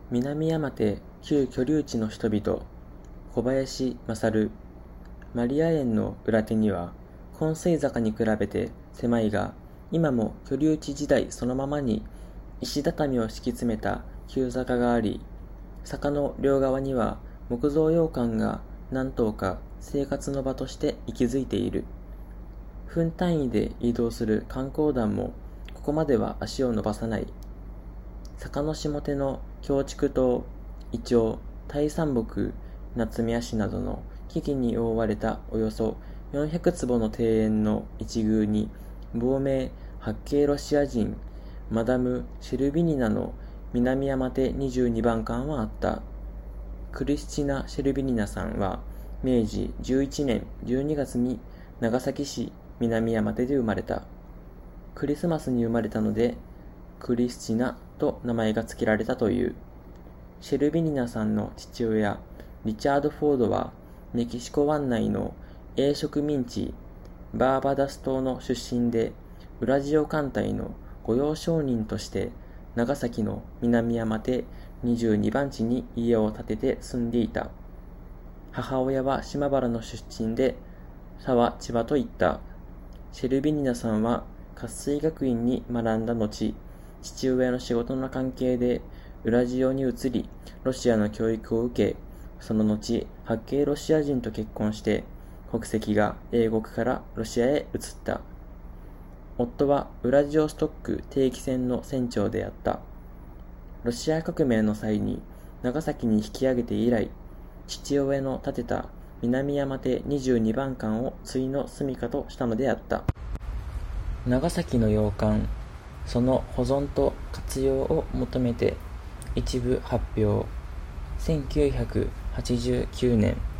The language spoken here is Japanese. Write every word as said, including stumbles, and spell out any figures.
南山手旧居留地の人々、小林勝。マリア園の裏手には、金水坂に比べて狭いが、今も居留地時代そのままに石畳を敷き詰めた急坂があり、坂の両側には木造洋館が何棟か生活の場として息づいている。分単位で移動する観光団もここまでは足を伸ばさない。坂の下手の京筑島、イチョウ、大山木、夏目足などの木々に覆われたおよそよんひゃくつぼの庭園の一宮に、亡命八景ロシア人マダム・シェルビニナの南山手にじゅうにばん館はあった。クリスチナ・シェルビニナさんはめいじじゅういちねんじゅうにがつに長崎市南山手で生まれた。クリスマスに生まれたのでクリスチナと名前が付けられたという。シェルビニナさんの父親リチャード・フォードはメキシコ湾内の英植民地バーバダス島の出身で、ウラジオ艦隊の御用商人として長崎の南山手にじゅうにばん地に家を建てて住んでいた。母親は島原の出身で沢千葉といった。シェルビニナさんは活水学院に学んだ後、父親の仕事の関係でウラジオに移り、ロシアの教育を受け、その後八景ロシア人と結婚して、国籍が英国からロシアへ移った。夫はウラジオストック定期船の船長であった。ロシア革命の際に長崎に引き上げて以来、父親の建てた南山手にじゅうにばん館を終の住処としたのであった。長崎の洋館、その保存と活用を求めて一部発表。せんきゅうひゃくはちじゅうきゅうねん